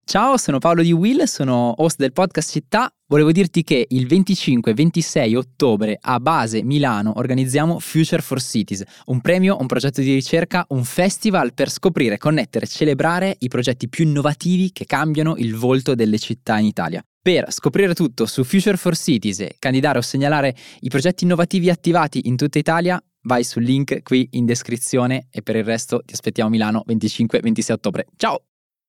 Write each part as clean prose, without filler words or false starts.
Ciao, sono Paolo di Will, sono host del podcast Città. Volevo dirti che il 25 e 26 ottobre a Base Milano organizziamo Future for Cities, un premio, un progetto di ricerca, un festival per scoprire, connettere e celebrare i progetti più innovativi che cambiano il volto delle città in Italia. Per scoprire tutto su Future for Cities e candidare o segnalare i progetti innovativi attivati in tutta Italia, vai sul link qui in descrizione e per il resto ti aspettiamo a Milano 25 e 26 ottobre. Ciao!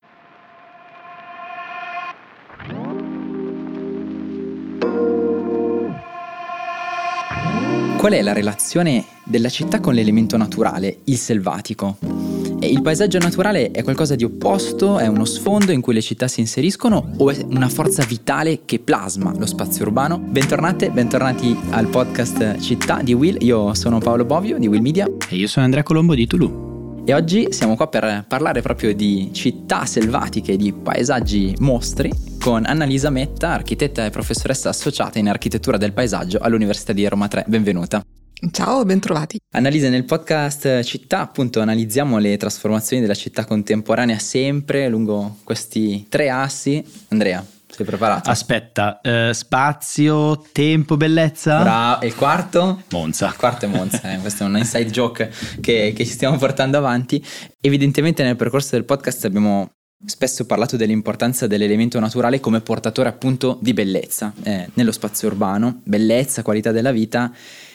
Qual è la relazione della città con l'elemento naturale, il selvatico? Il paesaggio naturale è qualcosa di opposto, è uno sfondo in cui le città si inseriscono o è una forza vitale che plasma lo spazio urbano? Bentornati al podcast Città di Will, io sono Paolo Bovio di Will Media. E io sono Andrea Colombo di Toulouse. E oggi siamo qua per parlare proprio di città selvatiche, di paesaggi mostri, con Annalisa Metta, architetta e professoressa associata in architettura del paesaggio all'Università di Roma 3. Benvenuta. Ciao, bentrovati. Annalisa, nel podcast Città appunto analizziamo le trasformazioni della città contemporanea sempre lungo questi tre assi. Andrea, sei preparato? Aspetta, spazio, tempo, bellezza? Bravo, e il quarto? Monza. Il quarto è Monza, questo è un inside joke che ci stiamo portando avanti. Evidentemente nel percorso del podcast abbiamo spesso parlato dell'importanza dell'elemento naturale come portatore appunto di bellezza nello spazio urbano, bellezza, qualità della vita.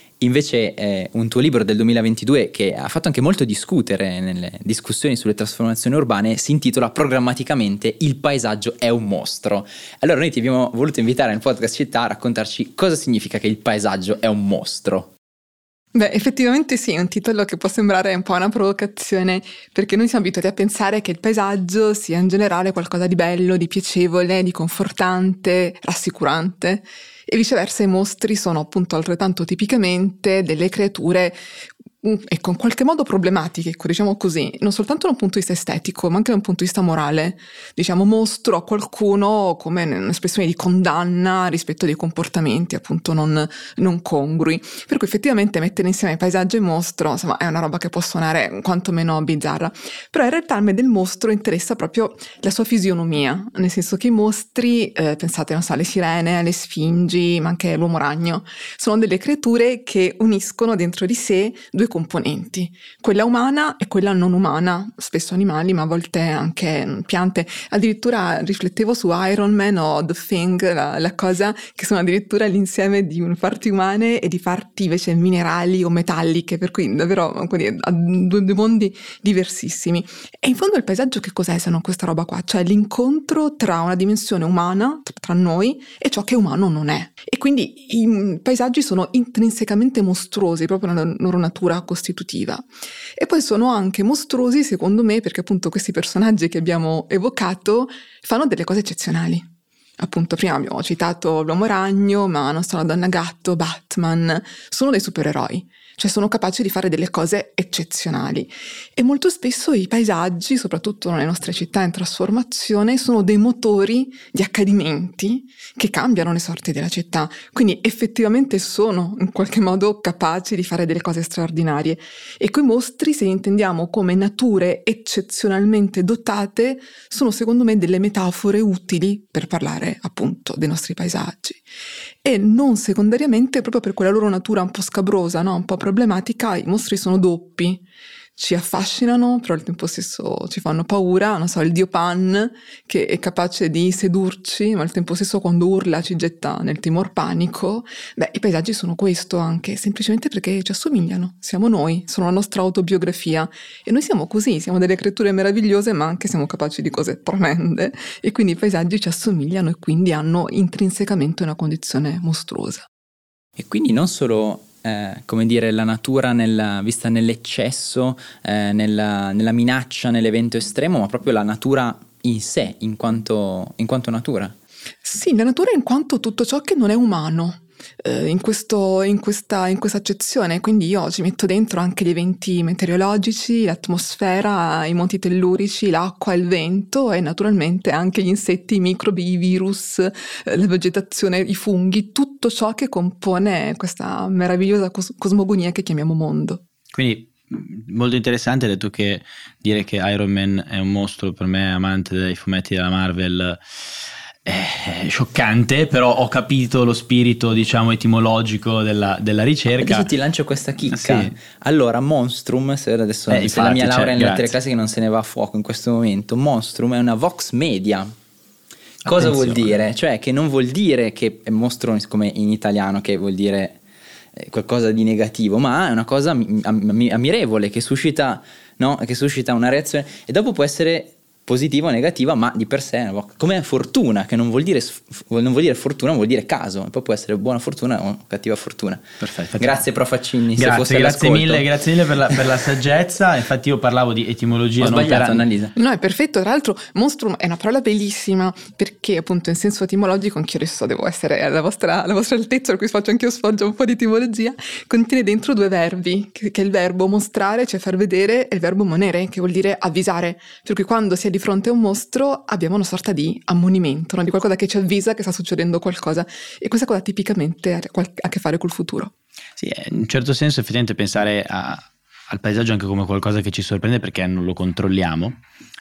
Invece un tuo libro del 2022 che ha fatto anche molto discutere nelle discussioni sulle trasformazioni urbane si intitola programmaticamente Il paesaggio è un mostro. Allora noi ti abbiamo voluto invitare nel podcast Città a raccontarci cosa significa che il paesaggio è un mostro. Beh, effettivamente sì, è un titolo che può sembrare un po' una provocazione, perché noi siamo abituati a pensare che il paesaggio sia in generale qualcosa di bello, di piacevole, di confortante, rassicurante, e viceversa i mostri sono appunto altrettanto tipicamente delle creature ecco, in qualche modo problematiche, ecco, diciamo così, non soltanto da un punto di vista estetico, ma anche da un punto di vista morale. Diciamo mostro a qualcuno come un'espressione di condanna rispetto a dei comportamenti appunto non congrui. Per cui effettivamente mettere insieme paesaggio e mostro, insomma, è una roba che può suonare quantomeno bizzarra. Però in realtà a me del mostro interessa proprio la sua fisionomia, nel senso che i mostri, pensate, non so, alle sirene, alle sfingi, ma anche all'uomo ragno, sono delle creature che uniscono dentro di sé due componenti, quella umana e quella non umana, spesso animali ma a volte anche piante. Addirittura riflettevo su Iron Man o The Thing, la cosa, che sono addirittura l'insieme di parti umane e di parti invece minerali o metalliche, per cui davvero due mondi diversissimi. E in fondo il paesaggio che cos'è se non questa roba qua? Cioè l'incontro tra una dimensione umana, tra noi, e ciò che umano non è. E quindi i paesaggi sono intrinsecamente mostruosi proprio nella loro natura costitutiva, e poi sono anche mostruosi secondo me perché appunto questi personaggi che abbiamo evocato fanno delle cose eccezionali. Appunto prima abbiamo citato l'uomo ragno, ma non so, la donna gatto, Batman, sono dei supereroi, cioè sono capaci di fare delle cose eccezionali, e molto spesso i paesaggi, soprattutto nelle nostre città in trasformazione, sono dei motori di accadimenti che cambiano le sorti della città, quindi effettivamente sono in qualche modo capaci di fare delle cose straordinarie. E quei mostri, se li intendiamo come nature eccezionalmente dotate, sono secondo me delle metafore utili per parlare appunto dei nostri paesaggi. E non secondariamente, proprio per quella loro natura un po' scabrosa, no? Un po' problematica, i mostri sono doppi, ci affascinano, però al tempo stesso ci fanno paura. Non so, il dio Pan che è capace di sedurci, ma al tempo stesso quando urla ci getta nel timor panico. Beh, i paesaggi sono questo anche, semplicemente perché ci assomigliano, siamo noi, sono la nostra autobiografia, e noi siamo così, siamo delle creature meravigliose, ma anche siamo capaci di cose tremende, e quindi i paesaggi ci assomigliano e quindi hanno intrinsecamente una condizione mostruosa. E quindi non solo come dire, la natura vista nell'eccesso, nella minaccia, nell'evento estremo, ma proprio la natura in sé, in quanto natura. Sì, la natura in quanto tutto ciò che non è umano. in questa accezione. Quindi io ci metto dentro anche gli eventi meteorologici, l'atmosfera, i monti tellurici, l'acqua, il vento e naturalmente anche gli insetti, i microbi, i virus, la vegetazione, i funghi, tutto ciò che compone questa meravigliosa cosmogonia che chiamiamo mondo. Quindi molto interessante. Hai detto che dire che Iron Man è un mostro, per me amante dei fumetti della Marvel, è scioccante, però ho capito lo spirito, diciamo, etimologico della ricerca. Adesso ti lancio questa chicca. Sì. Allora, Monstrum, se adesso se infatti, la mia laurea in lettere grazie. classiche non se ne va a fuoco in questo momento, Monstrum è una vox media. Cosa vuol Attenzione. dire? Cioè che non vuol dire che è mostro come in italiano, che vuol dire qualcosa di negativo, ma è una cosa ammirevole che suscita, no? Che suscita una reazione e dopo può essere positiva o negativa, ma di per sé è come fortuna, che non vuol dire fortuna, vuol dire caso, e poi può essere buona fortuna o cattiva fortuna. Perfetto. Grazie prof Accinni, se fosse Grazie all'ascolto. mille per la saggezza. Infatti io parlavo di etimologia. Ho non sbagliato, per- Annalisa. No, è perfetto. Tra l'altro, monstrum è una parola bellissima perché, appunto, in senso etimologico, anch'io adesso devo essere alla vostra altezza, per cui faccio anch'io sfoggio un po' di etimologia. Contiene dentro due verbi, che è il verbo mostrare, cioè far vedere, e il verbo monere, che vuol dire avvisare. Per cui quando si è di fronte a un mostro abbiamo una sorta di ammonimento, no? Di qualcosa che ci avvisa che sta succedendo qualcosa. E questa cosa tipicamente ha a che fare col futuro. Sì, in un certo senso effettivamente pensare al paesaggio anche come qualcosa che ci sorprende perché non lo controlliamo.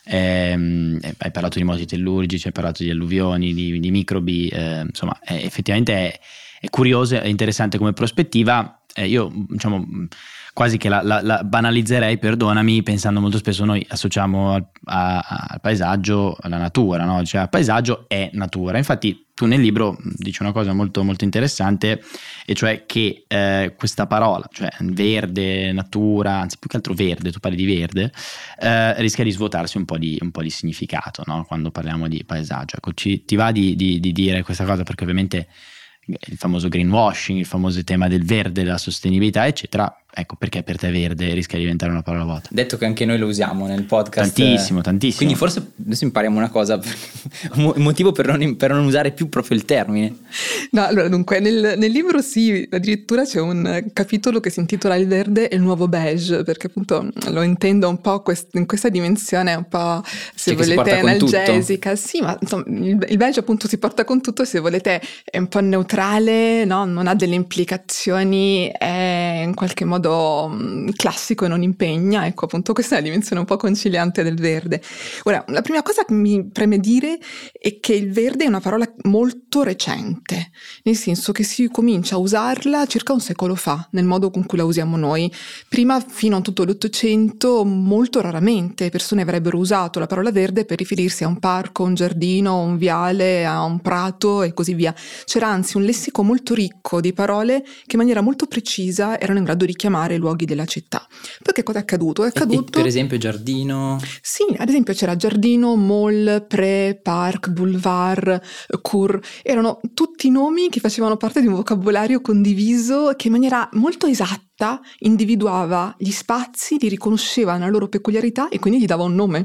Hai parlato di moti tellurici, hai parlato di alluvioni, di microbi, insomma effettivamente è curioso, è interessante come prospettiva. Io diciamo quasi che la banalizzerei, perdonami, pensando molto spesso noi associamo al paesaggio alla natura, no? Cioè il paesaggio è natura. Infatti tu nel libro dici una cosa molto molto interessante, e cioè che questa parola, cioè verde, natura, anzi più che altro verde, tu parli di verde, rischia di svuotarsi un po' di significato, no? Quando parliamo di paesaggio. Ecco, ti va di dire questa cosa, perché ovviamente il famoso greenwashing, il famoso tema del verde, della sostenibilità eccetera, ecco perché per te verde rischia di diventare una parola vuota. Detto che anche noi lo usiamo nel podcast, tantissimo. Quindi forse adesso impariamo una cosa, un motivo per non usare più proprio il termine. No, allora dunque nel libro sì, addirittura c'è un capitolo che si intitola Il verde e il nuovo beige, perché appunto lo intendo un po' in questa dimensione un po', se cioè volete, analgesica. Sì, ma insomma il beige appunto si porta con tutto, se volete è un po' neutrale, no? Non ha delle implicazioni, è in qualche modo classico e non impegna. Ecco, appunto questa è la dimensione un po' conciliante del verde. Ora, la prima cosa che mi preme dire è che il verde è una parola molto recente, nel senso che si comincia a usarla circa un secolo fa, nel modo con cui la usiamo noi. Prima, fino a tutto l'Ottocento, molto raramente persone avrebbero usato la parola verde per riferirsi a un parco, un giardino, un viale, a un prato e così via. C'era anzi un lessico molto ricco di parole che in maniera molto precisa erano in grado di chiamare i luoghi della città. Poi che cosa è accaduto? E per esempio giardino? Sì, ad esempio c'era giardino, mall, pre, park, boulevard, cour. Erano tutti nomi che facevano parte di un vocabolario condiviso che in maniera molto esatta individuava gli spazi, li riconosceva nella loro peculiarità e quindi gli dava un nome.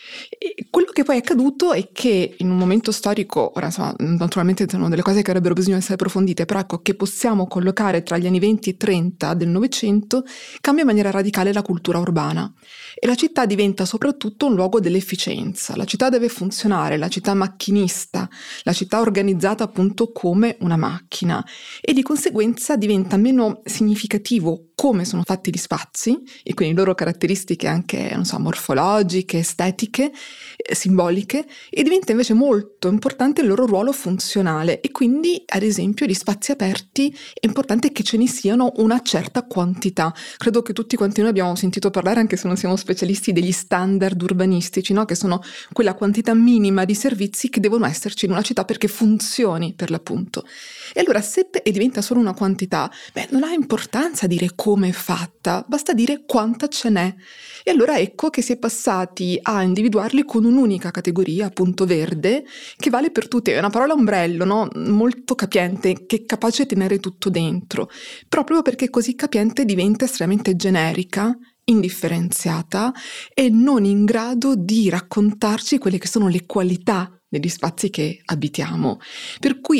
E quello che poi è accaduto è che in un momento storico, ora insomma naturalmente sono delle cose che avrebbero bisogno di essere approfondite, però ecco, che possiamo collocare tra gli anni 20 e 30 del Novecento, cambia in maniera radicale la cultura urbana e la città diventa soprattutto un luogo dell'efficienza. La città deve funzionare, la città macchinista, la città organizzata appunto come una macchina, e di conseguenza diventa meno significativo come sono fatti gli spazi e quindi le loro caratteristiche anche, non so, morfologiche, estetiche, simboliche, e diventa invece molto importante il loro ruolo funzionale. E quindi, ad esempio, gli spazi aperti è importante che ce ne siano una certa quantità. Credo che tutti quanti noi abbiamo sentito parlare, anche se non siamo specialisti, degli standard urbanistici, no? Che sono quella quantità minima di servizi che devono esserci in una città perché funzioni, per l'appunto. E allora se diventa solo una quantità, non ha importanza dire come è fatta, basta dire quanta ce n'è. E allora ecco che si è passati a individuarli con un'unica categoria, appunto verde, che vale per tutti. È una parola ombrello, no? Molto capiente, che è capace di tenere tutto dentro. Proprio perché così capiente diventa estremamente generica, indifferenziata e non in grado di raccontarci quelle che sono le qualità degli spazi che abitiamo. Per cui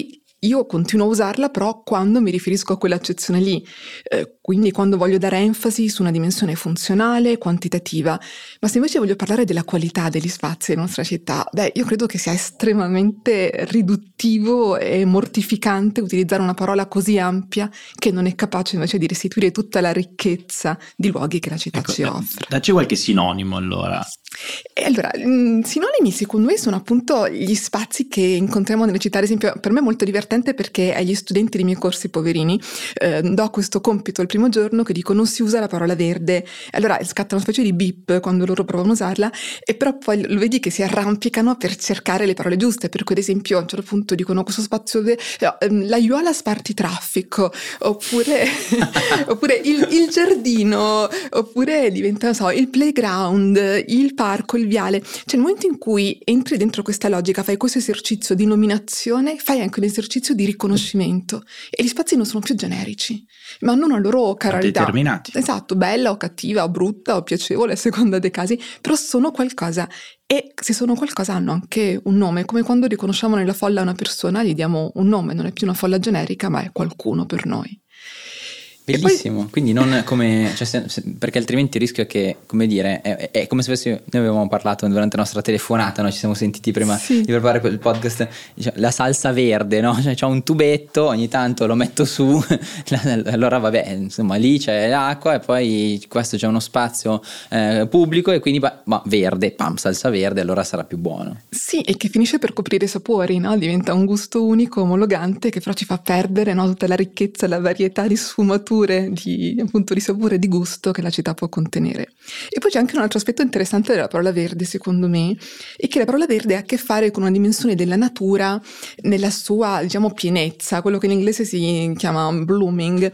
io continuo a usarla però quando mi riferisco a quell'accezione lì, quindi quando voglio dare enfasi su una dimensione funzionale, quantitativa. Ma se invece voglio parlare della qualità degli spazi della nostra città, io credo che sia estremamente riduttivo e mortificante utilizzare una parola così ampia che non è capace invece di restituire tutta la ricchezza di luoghi che la città ci offre. Dacci qualche sinonimo allora. E allora, sinonimi secondo me sono appunto gli spazi che incontriamo nelle città. Ad esempio, per me è molto divertente perché agli studenti dei miei corsi poverini do questo compito il primo giorno che dico non si usa la parola verde. Allora scatta una specie di beep quando loro provano a usarla, e però poi lo vedi che si arrampicano per cercare le parole giuste, per cui ad esempio a un certo punto dicono questo spazio l'aiuola sparti traffico, oppure il giardino, oppure diventa, non so, il playground, il parco, il viale. Cioè nel momento in cui entri dentro questa logica, fai questo esercizio di nominazione, fai anche un esercizio di riconoscimento, e gli spazi non sono più generici, ma hanno una loro caralità. Determinati. Esatto, bella o cattiva, o brutta o piacevole a seconda dei casi, però sono qualcosa, e se sono qualcosa hanno anche un nome, come quando riconosciamo nella folla una persona, gli diamo un nome, non è più una folla generica ma è qualcuno per noi. Bellissimo, quindi non come, cioè perché altrimenti il rischio è che, come dire, è come se noi avevamo parlato durante la nostra telefonata, no? Ci siamo sentiti prima di preparare quel podcast, diciamo, la salsa verde, no? Cioè c'ho un tubetto, ogni tanto lo metto su, allora vabbè, insomma lì c'è l'acqua e poi questo c'è uno spazio pubblico e quindi ma verde, pam, salsa verde, allora sarà più buono. Sì, e che finisce per coprire i sapori, no? Diventa un gusto unico, omologante, che però ci fa perdere, no? Tutta la ricchezza, la varietà di sfumature, di sapore e di gusto che la città può contenere. E poi c'è anche un altro aspetto interessante della parola verde, secondo me, è che la parola verde ha a che fare con una dimensione della natura nella sua, diciamo, pienezza, quello che in inglese si chiama blooming,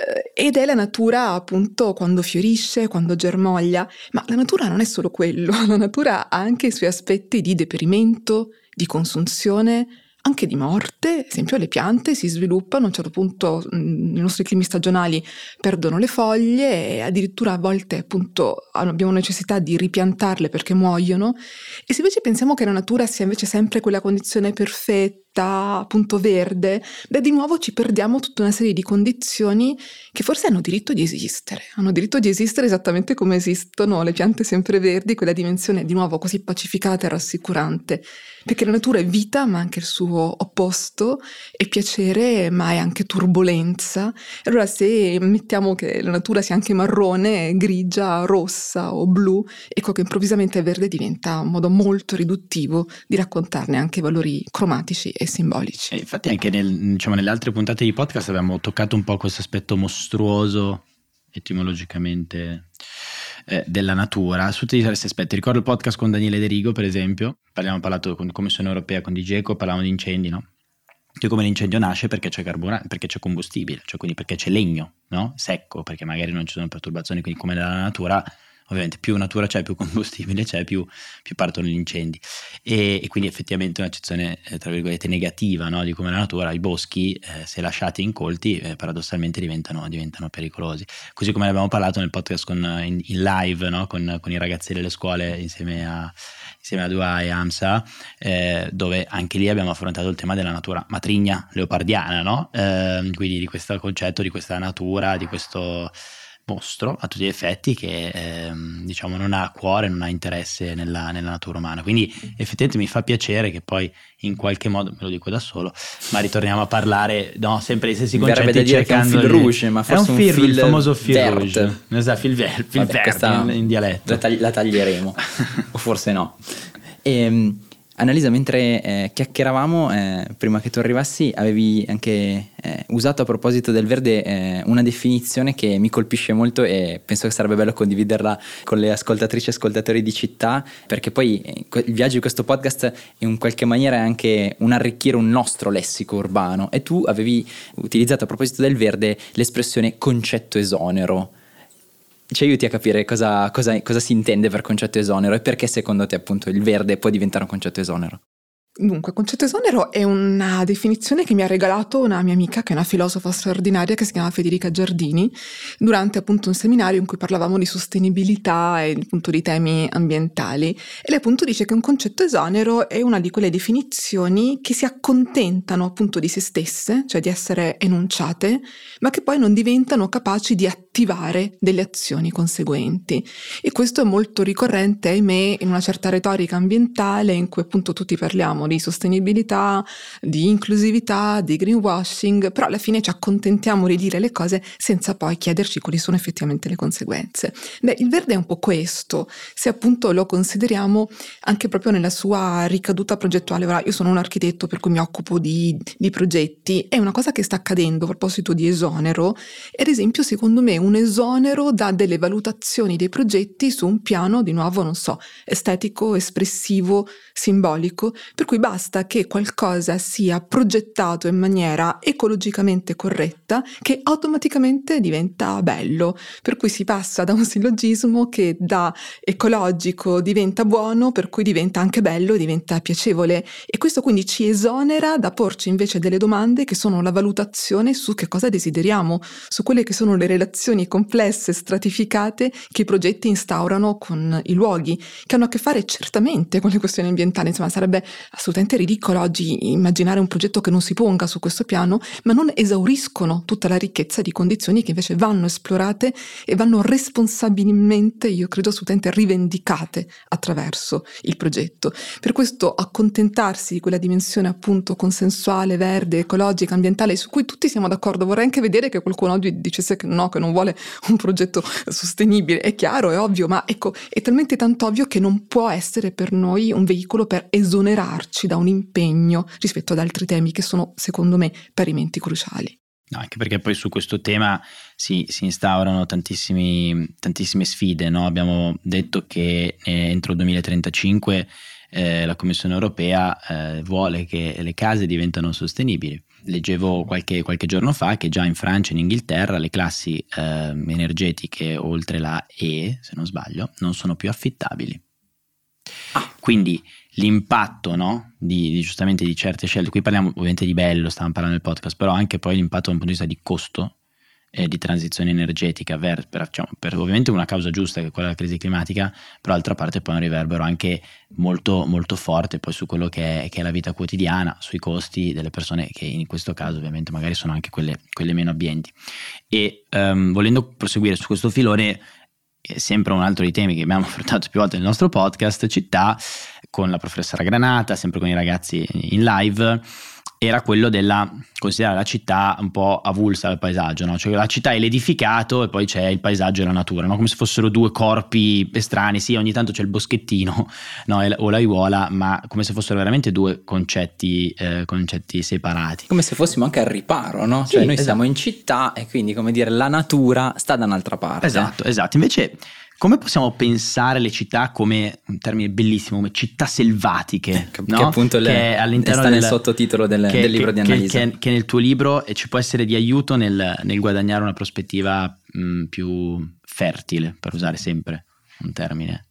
ed è la natura appunto quando fiorisce, quando germoglia. Ma la natura non è solo quello, la natura ha anche i suoi aspetti di deperimento, di consunzione, anche di morte. Ad esempio le piante si sviluppano, a un certo punto nei nostri climi stagionali perdono le foglie e addirittura a volte appunto abbiamo necessità di ripiantarle perché muoiono. E se invece pensiamo che la natura sia invece sempre quella condizione perfetta, appunto verde, di nuovo ci perdiamo tutta una serie di condizioni che forse hanno diritto di esistere esattamente come esistono le piante sempreverdi, quella dimensione di nuovo così pacificata e rassicurante, perché la natura è vita ma anche il suo opposto, è piacere ma è anche turbolenza. Allora se mettiamo che la natura sia anche marrone, grigia, rossa o blu, ecco che improvvisamente il verde diventa un modo molto riduttivo di raccontarne anche valori cromatici e simbolici. E infatti anche nelle altre puntate di podcast abbiamo toccato un po' questo aspetto mostruoso etimologicamente della natura, su tutti questi aspetti. Ricordo il podcast con Daniele De Rigo, per esempio, abbiamo parlato con Commissione Europea, con DGECO, parlavamo di incendi, no? Cioè come l'incendio nasce perché c'è carburante, perché c'è combustibile, cioè quindi perché c'è legno, no? Secco, perché magari non ci sono perturbazioni, quindi come nella natura, ovviamente più natura c'è, più combustibile c'è, più partono gli incendi, e quindi effettivamente un'accezione tra virgolette negativa, no? Di come la natura, i boschi se lasciati incolti paradossalmente diventano pericolosi, così come ne abbiamo parlato nel podcast in live, no? con i ragazzi delle scuole insieme a Dua e Amsa, dove anche lì abbiamo affrontato il tema della natura matrigna leopardiana, no? Quindi di questo concetto, di questa natura, di questo mostro a tutti gli effetti che diciamo non ha cuore, non ha interesse nella natura umana. Quindi effettivamente mi fa piacere che poi in qualche modo, me lo dico da solo, ma ritorniamo a parlare, no, sempre dei stessi concetti. Verrebbe da dire che è un fil rouge, ma forse è un fil, il famoso fil rouge, esatto, fil verde in dialetto. La taglieremo o forse no. Annalisa, mentre chiacchieravamo, prima che tu arrivassi, avevi anche usato a proposito del verde una definizione che mi colpisce molto e penso che sarebbe bello condividerla con le ascoltatrici e ascoltatori di città, perché poi il viaggio di questo podcast in qualche maniera è anche un arricchire un nostro lessico urbano, e tu avevi utilizzato a proposito del verde l'espressione concetto esonero. Ci aiuti a capire cosa si intende per concetto esonero e perché secondo te appunto il verde può diventare un concetto esonero? Dunque, concetto esonero è una definizione che mi ha regalato una mia amica, che è una filosofa straordinaria, che si chiama Federica Giardini, durante appunto un seminario in cui parlavamo di sostenibilità e appunto di temi ambientali. E lei appunto dice che un concetto esonero è una di quelle definizioni che si accontentano appunto di se stesse, cioè di essere enunciate, ma che poi non diventano capaci di attivare delle azioni conseguenti. E questo è molto ricorrente, ahimè, in una certa retorica ambientale in cui appunto tutti parliamo di sostenibilità, di inclusività, di greenwashing, però alla fine ci accontentiamo di dire le cose senza poi chiederci quali sono effettivamente le conseguenze. Beh, il verde è un po' questo, se appunto lo consideriamo anche proprio nella sua ricaduta progettuale. Ora, io sono un architetto per cui mi occupo di progetti, è una cosa che sta accadendo a proposito di esonero, ad esempio secondo me un esonero da delle valutazioni dei progetti su un piano, di nuovo, non so, estetico, espressivo, simbolico, per cui basta che qualcosa sia progettato in maniera ecologicamente corretta che automaticamente diventa bello, per cui si passa da un sillogismo che da ecologico diventa buono, per cui diventa anche bello, diventa piacevole, e questo quindi ci esonera da porci invece delle domande che sono la valutazione su che cosa desideriamo, su quelle che sono le relazioni complesse, stratificate che i progetti instaurano con i luoghi, che hanno a che fare certamente con le questioni ambientali. Insomma, sarebbe assolutamente ridicolo oggi immaginare un progetto che non si ponga su questo piano, ma non esauriscono tutta la ricchezza di condizioni che invece vanno esplorate e vanno responsabilmente, io credo, assolutamente rivendicate attraverso il progetto. Per questo accontentarsi di quella dimensione appunto consensuale, verde, ecologica, ambientale, su cui tutti siamo d'accordo. Vorrei anche vedere che qualcuno oggi dicesse che no, che non vuole un progetto sostenibile. È chiaro, è ovvio, ma ecco, è talmente tanto ovvio che non può essere per noi un veicolo per esonerarci da un impegno rispetto ad altri temi che sono, secondo me, parimenti cruciali. No, anche perché poi su questo tema si instaurano tantissime sfide, no? Abbiamo detto che entro il 2035 la Commissione europea vuole che le case diventano sostenibili. Leggevo qualche giorno fa che già in Francia e in Inghilterra le classi energetiche oltre la E, se non sbaglio, non sono più affittabili. Quindi l'impatto, no, di giustamente di certe scelte, qui parliamo ovviamente di bello, stavamo parlando nel podcast, però anche poi l'impatto da un punto di vista di costo di transizione energetica per ovviamente una causa giusta che è quella della crisi climatica, però d'altra parte poi un riverbero anche molto, molto forte poi su quello che è la vita quotidiana, sui costi delle persone che in questo caso ovviamente magari sono anche quelle meno abbienti. E volendo proseguire su questo filone, sempre un altro dei temi che abbiamo affrontato più volte nel nostro podcast, città, con la professoressa Granata, sempre con i ragazzi in live, era quello della considerare la città un po' avulsa dal paesaggio, no? Cioè la città è l'edificato e poi c'è il paesaggio e la natura, no? Come se fossero due corpi estranei. Sì, ogni tanto c'è il boschettino, no? O l'aiuola, ma come se fossero veramente due concetti separati. Come se fossimo anche al riparo, no? Cioè noi siamo in città e quindi, come dire, la natura sta da un'altra parte. Esatto. Invece, come possiamo pensare le città come un termine bellissimo, come città selvatiche, no? Che appunto che all'interno sta nel sottotitolo del libro di analisi. Che nel tuo libro ci può essere di aiuto nel guadagnare una prospettiva più fertile, per usare sempre un termine.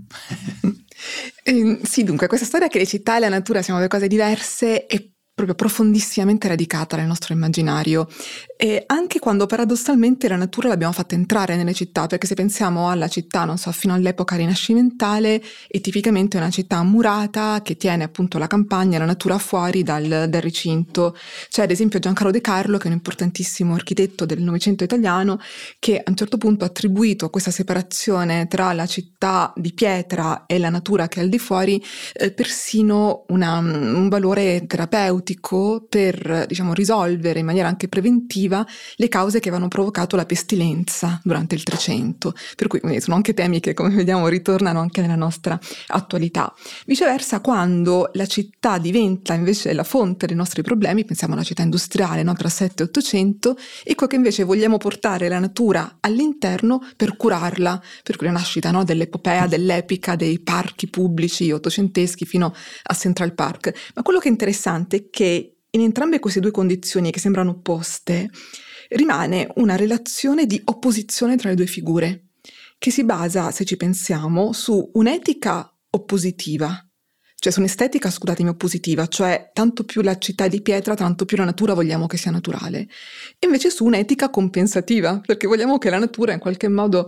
Sì, dunque, questa storia che le città e la natura siano due cose diverse è proprio profondissimamente radicata nel nostro immaginario, e anche quando paradossalmente la natura l'abbiamo fatta entrare nelle città, perché se pensiamo alla città, non so, fino all'epoca rinascimentale, è tipicamente una città murata che tiene appunto la campagna e la natura fuori dal recinto. C'è ad esempio Giancarlo De Carlo, che è un importantissimo architetto del Novecento italiano, che a un certo punto ha attribuito questa separazione tra la città di pietra e la natura che è al di fuori persino un valore terapeutico per, diciamo, risolvere in maniera anche preventiva le cause che avevano provocato la pestilenza durante il Trecento, per cui sono anche temi che, come vediamo, ritornano anche nella nostra attualità. Viceversa, quando la città diventa invece la fonte dei nostri problemi, pensiamo alla città industriale, no? Tra 7 e 800, ecco che invece vogliamo portare la natura all'interno per curarla, per cui la nascita, no? Dell'epopea, dell'epica, dei parchi pubblici ottocenteschi fino a Central Park. Ma quello che è interessante è che in entrambe queste due condizioni che sembrano opposte rimane una relazione di opposizione tra le due figure, che si basa, se ci pensiamo, su un'etica oppositiva, cioè su un'estetica, scusatemi, oppositiva, cioè tanto più la città è di pietra, tanto più la natura vogliamo che sia naturale, e invece su un'etica compensativa, perché vogliamo che la natura in qualche modo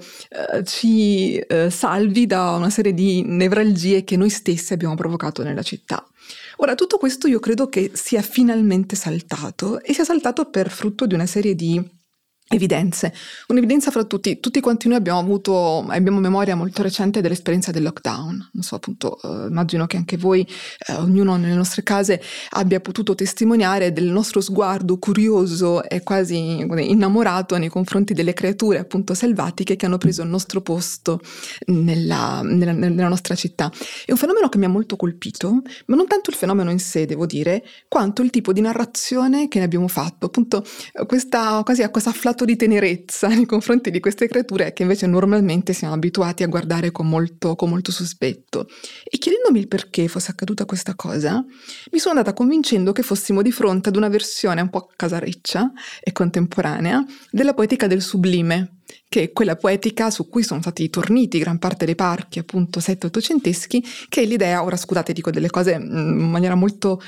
ci salvi da una serie di nevralgie che noi stessi abbiamo provocato nella città. Ora, tutto questo io credo che sia finalmente saltato, e sia saltato per frutto di una serie di evidenze. Un'evidenza fra tutti quanti noi abbiamo memoria molto recente dell'esperienza del lockdown. Non so, appunto, immagino che anche voi, ognuno nelle nostre case, abbia potuto testimoniare del nostro sguardo curioso e quasi innamorato nei confronti delle creature appunto selvatiche che hanno preso il nostro posto nella nostra città. È un fenomeno che mi ha molto colpito, ma non tanto il fenomeno in sé, devo dire, quanto il tipo di narrazione che ne abbiamo fatto, appunto questa afflato di tenerezza nei confronti di queste creature che invece normalmente siamo abituati a guardare con molto sospetto. E chiedendomi il perché fosse accaduta questa cosa, mi sono andata convincendo che fossimo di fronte ad una versione un po' casareccia e contemporanea della poetica del sublime, che è quella poetica su cui sono stati torniti gran parte dei parchi appunto 7-800eschi, che è l'idea, ora scusate dico delle cose in maniera molto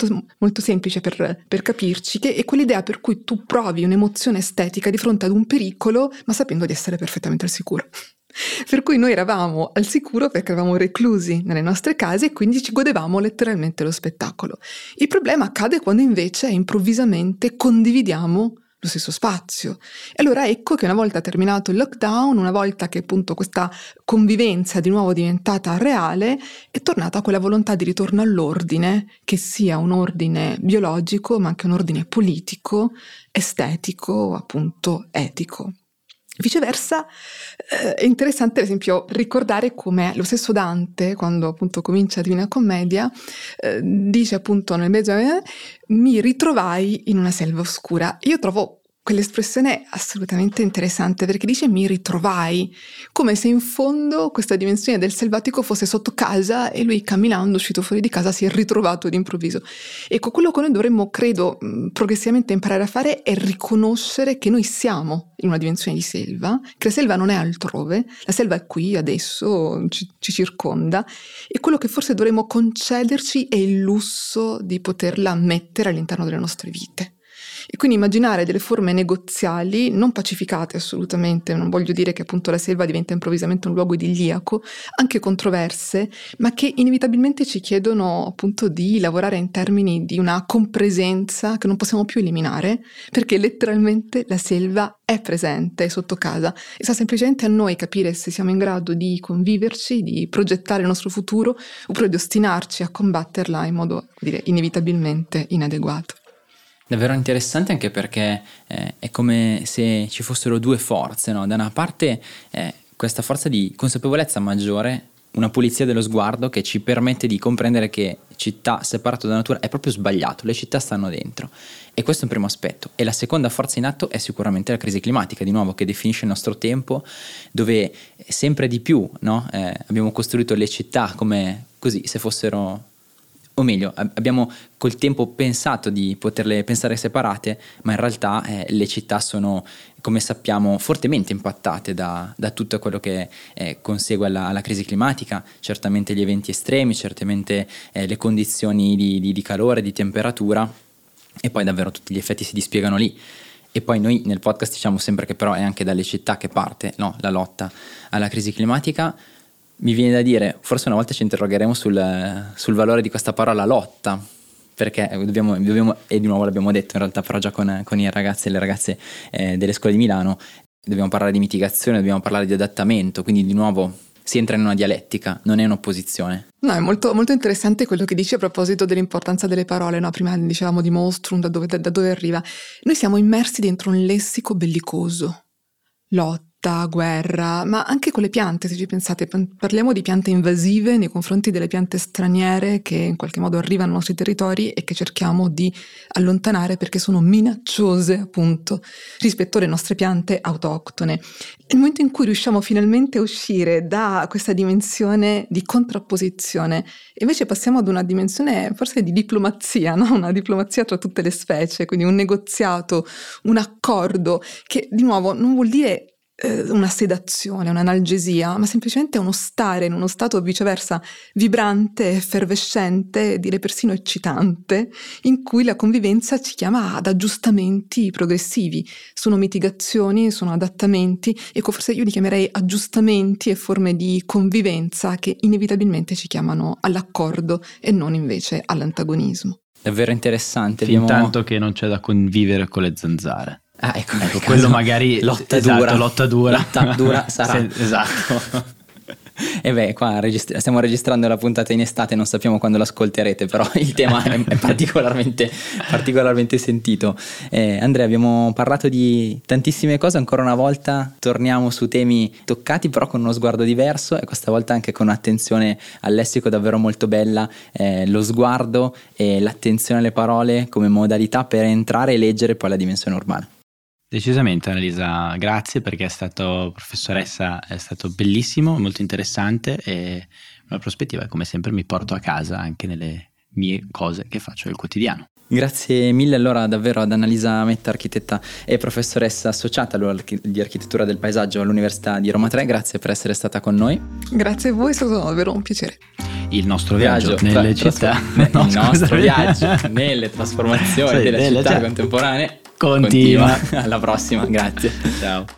semplice per capirci, che è quell'idea per cui tu provi un'emozione estetica di fronte ad un pericolo ma sapendo di essere perfettamente al sicuro. Per cui noi eravamo al sicuro perché eravamo reclusi nelle nostre case e quindi ci godevamo letteralmente lo spettacolo. Il problema accade quando invece improvvisamente condividiamo lo stesso spazio. E allora ecco che una volta terminato il lockdown, una volta che appunto questa convivenza di nuovo diventata reale, è tornata quella volontà di ritorno all'ordine, che sia un ordine biologico ma anche un ordine politico, estetico, appunto etico. Viceversa, è interessante ad esempio ricordare come lo stesso Dante, quando appunto comincia la Divina Commedia, dice appunto nel mezzo mi ritrovai in una selva oscura. Io trovo quell'espressione assolutamente interessante perché dice mi ritrovai, come se in fondo questa dimensione del selvatico fosse sotto casa e lui camminando, uscito fuori di casa, si è ritrovato d'improvviso. Ecco, quello che noi dovremmo, credo, progressivamente imparare a fare è riconoscere che noi siamo in una dimensione di selva, che la selva non è altrove, la selva è qui, adesso, ci circonda, e quello che forse dovremmo concederci è il lusso di poterla mettere all'interno delle nostre vite. E quindi immaginare delle forme negoziali non pacificate assolutamente, non voglio dire che appunto la selva diventa improvvisamente un luogo idilliaco, anche controverse, ma che inevitabilmente ci chiedono appunto di lavorare in termini di una compresenza che non possiamo più eliminare, perché letteralmente la selva è presente, è sotto casa, e sta semplicemente a noi capire se siamo in grado di conviverci, di progettare il nostro futuro, oppure di ostinarci a combatterla in modo, dire, inevitabilmente inadeguato. Davvero interessante, anche perché è come se ci fossero due forze, no? Da una parte questa forza di consapevolezza maggiore, una pulizia dello sguardo che ci permette di comprendere che città separata dalla natura è proprio sbagliato, le città stanno dentro, e questo è un primo aspetto. E la seconda forza in atto è sicuramente la crisi climatica, di nuovo, che definisce il nostro tempo, dove sempre di più, no? Abbiamo costruito le città come così, se fossero... O meglio, abbiamo col tempo pensato di poterle pensare separate, ma in realtà le città sono, come sappiamo, fortemente impattate da tutto quello che consegue alla crisi climatica, certamente gli eventi estremi, certamente le condizioni di calore, di temperatura, e poi davvero tutti gli effetti si dispiegano lì. E poi noi nel podcast diciamo sempre che però è anche dalle città che parte, no, la lotta alla crisi climatica. Mi viene da dire, forse una volta ci interrogheremo sul valore di questa parola lotta, perché dobbiamo, e di nuovo l'abbiamo detto in realtà però già con i ragazzi e le ragazze delle scuole di Milano, dobbiamo parlare di mitigazione, dobbiamo parlare di adattamento, quindi di nuovo si entra in una dialettica, non è un'opposizione. No, è molto, molto interessante quello che dici a proposito dell'importanza delle parole, no? Prima dicevamo di Monstrum, da dove arriva. Noi siamo immersi dentro un lessico bellicoso, lotta, guerra, ma anche con le piante, se ci pensate, parliamo di piante invasive nei confronti delle piante straniere che in qualche modo arrivano ai nostri territori e che cerchiamo di allontanare perché sono minacciose appunto rispetto alle nostre piante autoctone. Nel momento in cui riusciamo finalmente a uscire da questa dimensione di contrapposizione, invece passiamo ad una dimensione forse di diplomazia, no? Una diplomazia tra tutte le specie, quindi un negoziato, un accordo che di nuovo non vuol dire una sedazione, un'analgesia, ma semplicemente uno stare in uno stato viceversa vibrante, effervescente, direi persino eccitante, in cui la convivenza ci chiama ad aggiustamenti progressivi. Sono mitigazioni, sono adattamenti, e forse io li chiamerei aggiustamenti e forme di convivenza che inevitabilmente ci chiamano all'accordo e non invece all'antagonismo. Davvero interessante. Fintanto che non c'è da convivere con le zanzare. Ecco quello magari lotta dura sarà. Esatto. E qua stiamo registrando la puntata in estate, non sappiamo quando l'ascolterete, però il tema è particolarmente sentito. Andrea, abbiamo parlato di tantissime cose, ancora una volta torniamo su temi toccati però con uno sguardo diverso, e questa volta anche con un'attenzione al lessico davvero molto bella, lo sguardo e l'attenzione alle parole come modalità per entrare e leggere poi la dimensione urbana. Decisamente Annalisa, grazie, perché professoressa, è stato bellissimo, molto interessante, e una prospettiva che come sempre mi porto a casa anche nelle mie cose che faccio nel quotidiano. Grazie mille allora davvero ad Annalisa Metta, architetta e professoressa associata di architettura del paesaggio all'Università di Roma 3, grazie per essere stata con noi. Grazie a voi, è stato davvero un piacere. Il nostro viaggio nelle città, viaggio nelle trasformazioni delle città contemporanee continua. Alla prossima, grazie. Ciao.